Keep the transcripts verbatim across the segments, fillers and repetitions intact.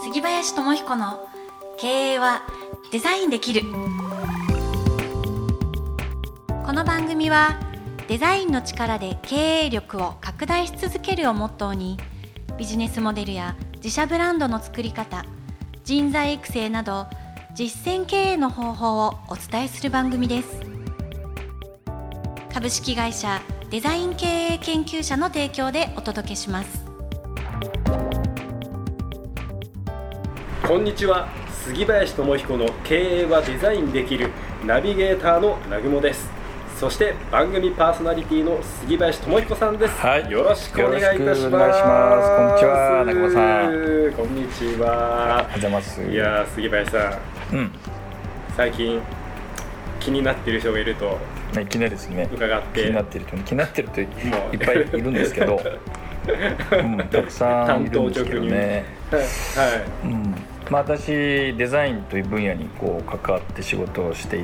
杉林智彦の経営はデザインできる。この番組はデザインの力で経営力を拡大し続けるをモットーに、ビジネスモデルや自社ブランドの作り方、人材育成など実践経営の方法をお伝えする番組です。株式会社デザイン経営研究者の提供でお届けします。 こんにちは、杉林智彦の経営はデザインできるナビゲーターの南雲です。そして番組パーソナリティの杉林智彦さんです、 はい、 よろしくお願いいたします。 お願いします。こんにちは、南雲さん。 こんにちは。 おはようございます。 いや杉林さん、うん、最近気になっている人がいると気になるですね。 伺って気になっていると気になっているといっぱいいるんですけど、うん、たくさんいるんですけどね。 はい、 うんまあ、私デザインという分野にこう関わって仕事をしていって、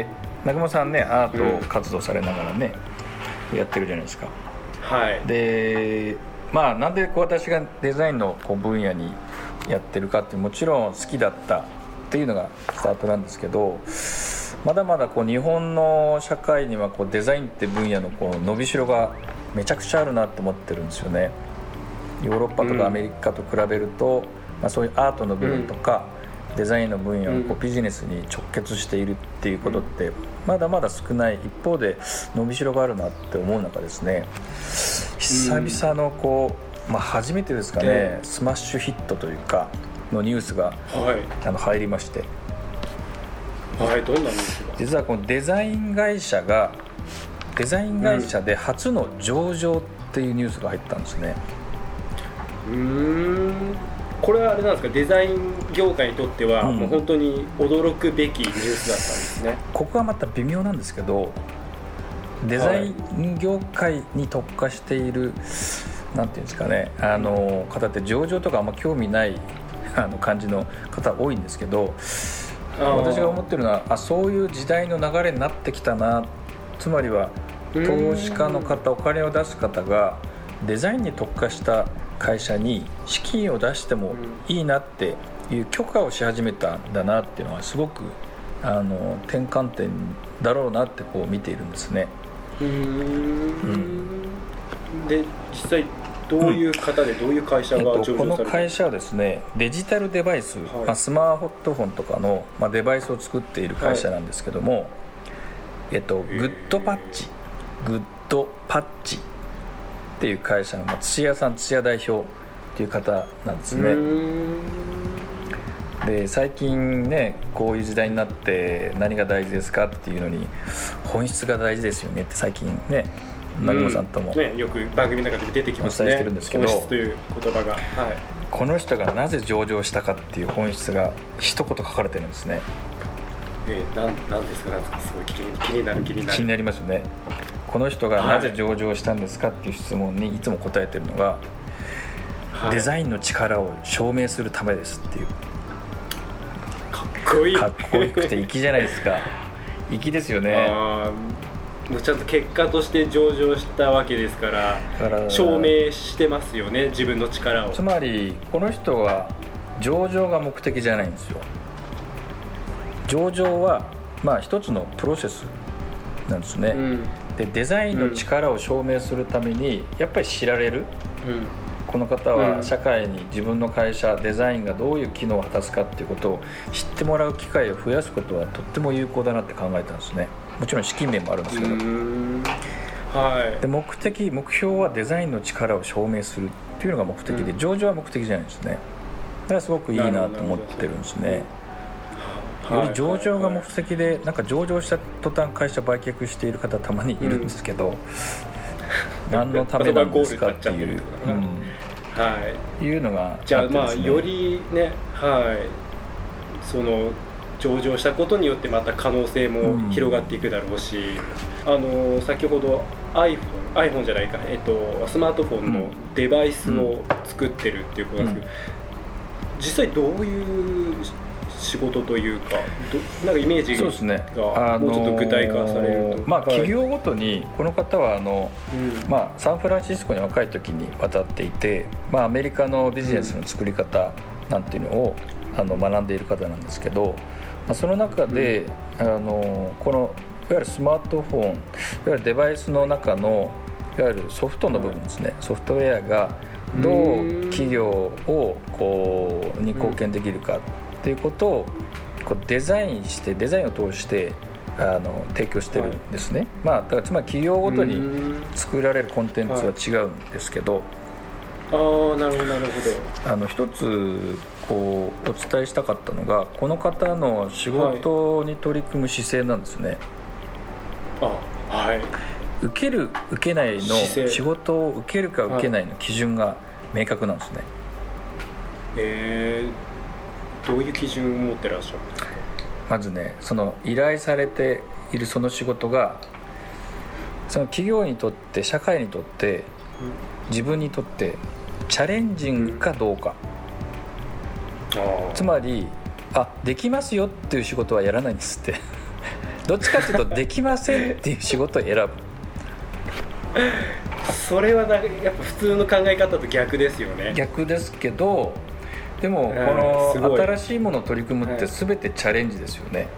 南雲さんねアート活動されながらね、うん、やってるじゃないですか。 はい。でまあなんでこう私がデザインのこう分野にやってるかってもちろん好きだったっていうのがスタートなんですけど、まだまだこう日本の社会にはこうデザインって分野のこう伸びしろがめちゃくちゃあるなって思ってるんですよね。ヨーロッパとかアメリカと比べると、うんまあ、そういうアートの部分とか、うん、デザインの分野をこうビジネスに直結しているっていうことってまだまだ少ない一方で伸びしろがあるなって思う中ですね、久々のこう、まあ、初めてですかね、スマッシュヒットというかのニュースが、はい、あの入りまして、 はい、どんなニュースが？ 実はこのデザイン会社がデザイン会社で初の上場っていうニュースが入ったんですね。 うーんこれはあれなんですか、デザイン業界にとってはもう本当に驚くべきニュースだったんですね、うん、 ここはまた微妙なんですけど、デザイン業界に特化している、はい、なんていうんですかね、あの方って上場とかあんま興味ないあの感じの方多いんですけど、私が思ってるのはあそういう時代の流れになってきたな。つまりは投資家の方、お金を出す方がデザインに特化した会社に資金を出してもいいなっていう許可をし始めたんだなっていうのはすごくあの転換点だろうなってこう見ているんですね。 うーん、うん、で実際どういう方でどういう会社が上場された、 うんえっと、この会社はですねデジタルデバイス、はいまあ、スマートフォンとかの、まあ、デバイスを作っている会社なんですけども、はいえっと、グッドパッチグッドパッチっていう会社の、まあ、土屋さん土屋代表っていう方なんですね。で最近ねこういう時代になって何が大事ですかっていうのに本質が大事ですよねって最近ね南雲さんとも、 ね、よく番組の中で出てきますね。 お伝えしてるんですけど、 本質という言葉が、はい、 この人がなぜ上場したかっていう本質が一言書かれてるんですね。 えー、なんなんですかなんですかすごい気に、気になる気になる気になりますよね。この人がなぜ上場したんですかっていう質問にいつも答えてるのが、はい、デザインの力を証明するためですっていう。 かっこいい。 かっこよくて粋じゃないですか。粋ですよね。 あもうちゃんと結果として上場したわけですから証明してますよね、自分の力を。 つまりこの人は上場が目的じゃないんですよ。上場はまあ一つのプロセスなんですね、うん、でデザインの力を証明するためにやっぱり知られる、うん、この方は社会に自分の会社デザインがどういう機能を果たすかっていうことを知ってもらう機会を増やすことはとっても有効だなって考えたんですね。もちろん資金面もあるんですけど、 はい、 で目的目標はデザインの力を証明するっていうのが目的で、うん、上場は目的じゃないんですね。だからすごくいいなと思ってるんですね。より上場が目的でなんか上場した途端会社売却している方たまにいるんですけど、うん、何のためなんですかっていう、うんはい、 いうのがじゃあまあよりね、はい、その上場したことによってまた可能性も広がっていくだろうし、うん、あの先ほど iPhone, iPhone じゃないか、えっと、スマートフォンのデバイスを作ってるっていうことなんですけど、うん、実際どういう仕事というかどなんかイメージがもうちょっと具体化されると、 まあ、企業ごとにこの方はあの、うんまあ、サンフランシスコに若い時に渡っていて、まあ、アメリカのビジネスの作り方なんていうのをあの学んでいる方なんですけど、まあ、その中で、うん、あのこのいわゆるスマートフォン、いわゆるデバイスの中のいわゆるソフトの部分ですね、ソフトウェアがどう企業をこうに貢献できるかっていうことをこうデザインしてデザインを通してあの提供してるんですね、はい、まあ、だからつまり企業ごとに作られるコンテンツは違うんですけど、 はい、ああなるほどなるほど、あの一つこうお伝えしたかったのがこの方の仕事に取り組む姿勢なんですね、 はい、あはい、 受ける受けないの仕事を受けるか受けないの基準が明確なんですね、はい、 えー、どういう基準を持ってらっしゃるんですか？ まずね、その依頼されているその仕事がその企業にとって社会にとって自分にとってチャレンジングかどうか、うん、つまりあできますよっていう仕事はやらないんですってどっちかというとできませんっていう仕事を選ぶそれはなんかやっぱ普通の考え方と逆ですよね。 逆ですけど、でもこの新しいものを取り組むって全てチャレンジですよね、はいはい、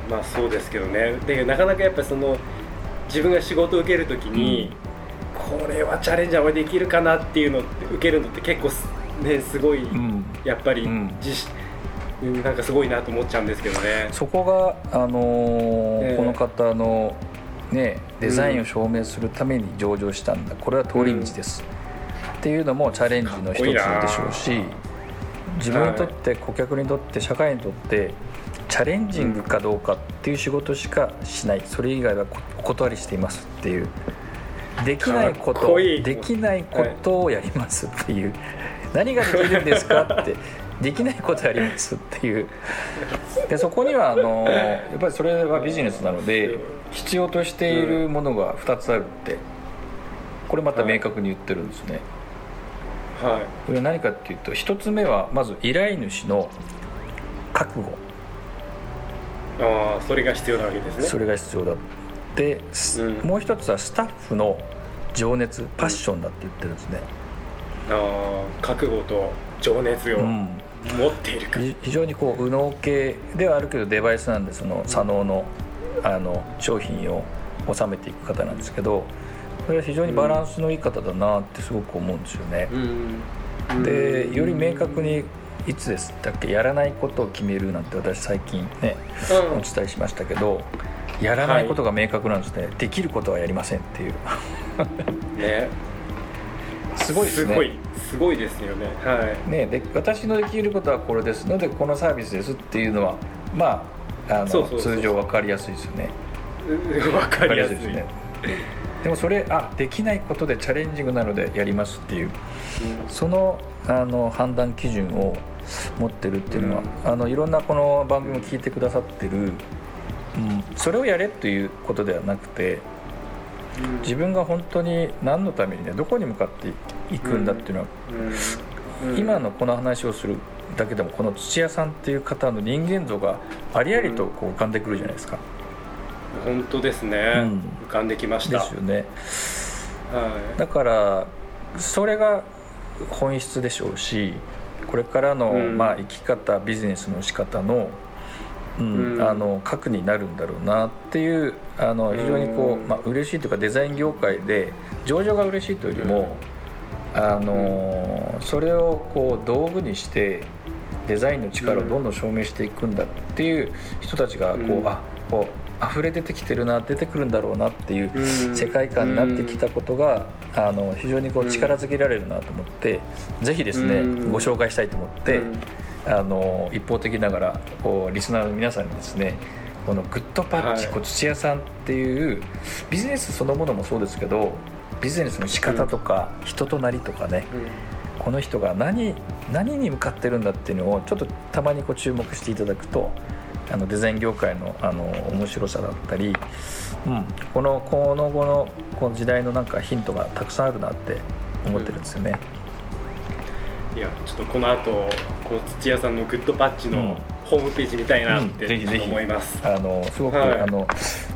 まあそうですけどね。でなかなかやっぱその自分が仕事を受けるときに、うん、これはチャレンジャーはできるかなっていうのって受けるのって結構ねすごい、うん、やっぱり自、うん、なんかすごいなと思っちゃうんですけどね。 そこが、あのーえー、この方の、ね、デザインを証明するために上場したんだ、うん、これは通り道です、うん、っていうのもチャレンジの一つでしょうし、自分にとって顧客にとって社会にとってチャレンジングかどうかっていう仕事しかしない、それ以外はお断りしていますっていう、できないことできないことをやりますっていう、何ができるんですかってできないことやりますっていうで、そこにはあのやっぱりそれはビジネスなので必要としているものがふたつあるって、これまた明確に言ってるんですね、はい、これは何かっていうと、ひとつめはまず依頼主の覚悟、 ああそれが必要なわけですね。 それが必要だで、うん、もう一つはスタッフの情熱、パッションだって言ってるんですね、 うん、ああ覚悟と情熱を持っているか、うん、 非常にこう右脳系ではあるけどデバイスなんで、その左脳の、あの商品を収めていく方なんですけど、これは非常にバランスのいい方だなってすごく思うんですよね、うん、でより明確にいつですだっけやらないことを決めるなんて私最近ね、うん、お伝えしましたけど、やらないことが明確なんですね、はい、できることはやりませんっていうね、すごいですね、すごいすごいですよね、はいね、 で私のできることはこれですのでこのサービスですっていうのはまあ、あのそうそうそうそう通常分かりやすいですよね。 分かりやすいですね。 でもそれあできないことでチャレンジングなのでやりますっていう、うん、その、あの判断基準を持ってるっていうのは、うん、あのいろんなこの番組を聞いてくださってる、うん、それをやれということではなくて、うん、自分が本当に何のためにねどこに向かっていくんだっていうのは、うんうん、今のこの話をするだけでもこの土屋さんっていう方の人間像がありありとこう浮かんでくるじゃないですか。 本当ですね、うん、浮かんできましたですよね、はい、だからそれが本質でしょうし、これからの、うんまあ、生き方ビジネスの仕方の、うんうん、あの核になるんだろうなっていうあの非常にこう、まあ、嬉しいというかデザイン業界で上場が嬉しいというよりも、うん、あのそれをこう道具にしてデザインの力をどんどん証明していくんだっていう人たちがこう、うん、あこう溢れ出てきてるな出てくるんだろうなっていう世界観になってきたことがあの非常にこう力づけられるなと思って、ぜひですねご紹介したいと思ってあの一方的ながらこうリスナーの皆さんにですねこのグッドパッチ、はい、土屋さんっていうビジネスそのものもそうですけどビジネスの仕方とか人となりとかね、この人が 何, 何に向かってるんだっていうのをちょっとたまにこう注目していただくとあのデザイン業界 の, あの面白さだったり、うん、このこの後 の, この時代のなんかヒントがたくさんあるなって思ってるんですよね、 うん、いやちょっとこの後この土屋さんのグッドパッチのホームページ見たいなって、うん、ぜひぜひ思います。 あのすごく、はい、あの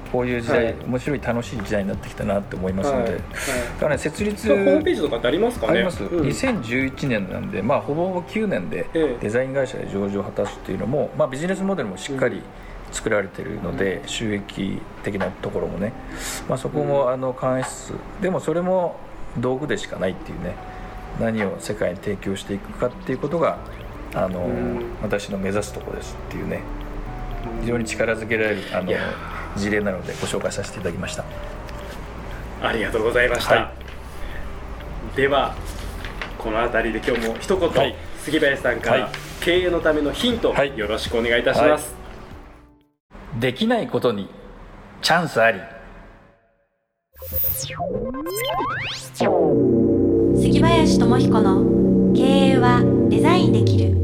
こういう時代、はい、面白い楽しい時代になってきたなって思いますので、はいはい、だからね設立ホームページとかってありますかね。 あります、うん、にせんじゅういちねんなんで、まあ、ほぼほぼきゅうねんでデザイン会社で上場を果たすっていうのも、まあ、ビジネスモデルもしっかり作られているので、うん、収益的なところもね、まあ、そこもあの関数でもそれも道具でしかないっていうね、何を世界に提供していくかっていうことがあの、うん、私の目指すところですっていうね、非常に力づけられるあの事例なのでご紹介させていただきました。 ありがとうございました、はい、ではこの辺りで今日も一言、はい、杉林さんから、はい、経営のためのヒント、はい、よろしくお願いいたします。はい、 できないことにチャンスあり。 杉林智彦の経営はデザインできる。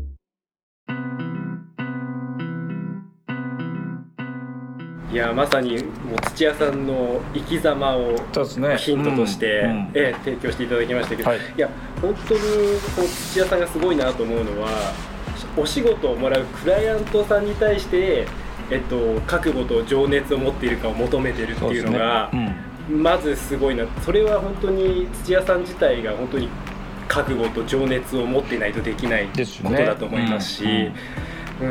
いやまさにもう土屋さんの生き様をヒントとして、ねうんうん、え提供していただきましたけど、はい、いや本当にこう土屋さんがすごいなと思うのは、お仕事をもらうクライアントさんに対して、えっと、覚悟と情熱を持っているかを求めているっていうのが、ねうん、まずすごいな。それは本当に土屋さん自体が本当に覚悟と情熱を持っていないとできないことだと思いますし、うんうん、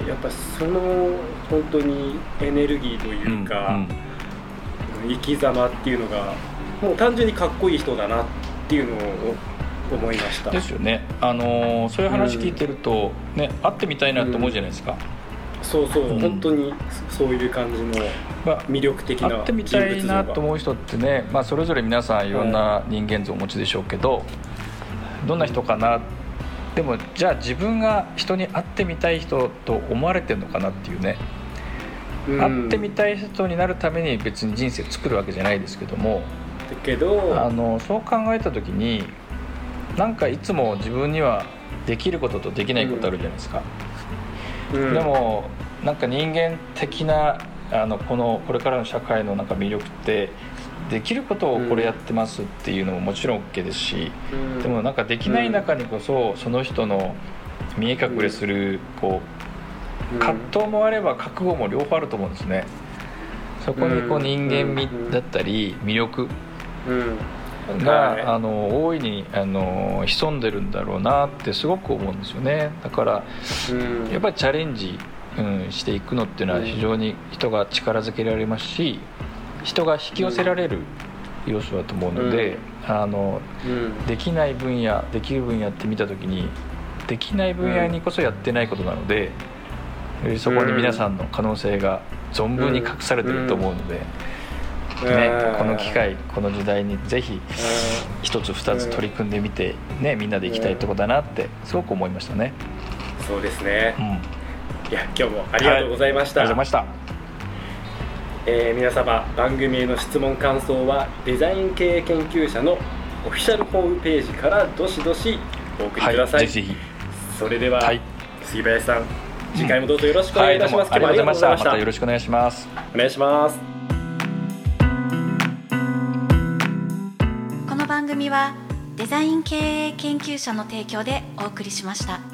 やっぱその本当にエネルギーというか、うんうん、生き様っていうのがもう単純にかっこいい人だなっていうのを思いました。 ですよね。あのー、そういう話聞いてると、うん、ね、会ってみたいなと思うじゃないですか、 うん、そうそう、うん、本当にそういう感じの魅力的な人物像が、会ってみたいなと思う人ってね、まあ、それぞれ皆さんいろんな人間像をお持ちでしょうけど、はい、どんな人かな、でもじゃあ自分が人に会ってみたい人と思われてるのかなっていうね、うん、会ってみたい人になるために別に人生作るわけじゃないですけども、 だけどあのそう考えた時になんかいつも自分にはできることとできないことあるじゃないですか、うん、でもなんか人間的なあのこのこれからの社会のなんか魅力って、できることをこれやってますっていうのももちろん OK ですし、うん、でもなんかできない中にこそその人の見え隠れするこう葛藤もあれば覚悟も両方あると思うんですね。そこにこう人間味だったり魅力があの大いにあの潜んでるんだろうなってすごく思うんですよね。だからやっぱりチャレンジ、うん、していくのっていうのは非常に人が力づけられますし、人が引き寄せられる要素だと思うので、うん、あのうん、できない分野できる分野って見た時にできない分野にこそやってないことなので、うん、そこに皆さんの可能性が存分に隠されていると思うので、うんね、この機会この時代にぜひ一つ二つ取り組んでみて、ね、みんなでいきたいところだなってすごく思いましたね。 そうですね、うん、いや今日もありがとうございました、 はい、ありがとうございました。 えー、皆様番組への質問感想はデザイン経営研究者のオフィシャルホームページからどしどしお送りください、 はい、ぜひぜひ。 それでは、はい、杉林さん次回もどうぞよろしくお願いいたします、うん、 はい、どうもありがとうございました。またよろしくお願いします。 お願いします。 この番組はデザイン経営研究者の提供でお送りしました。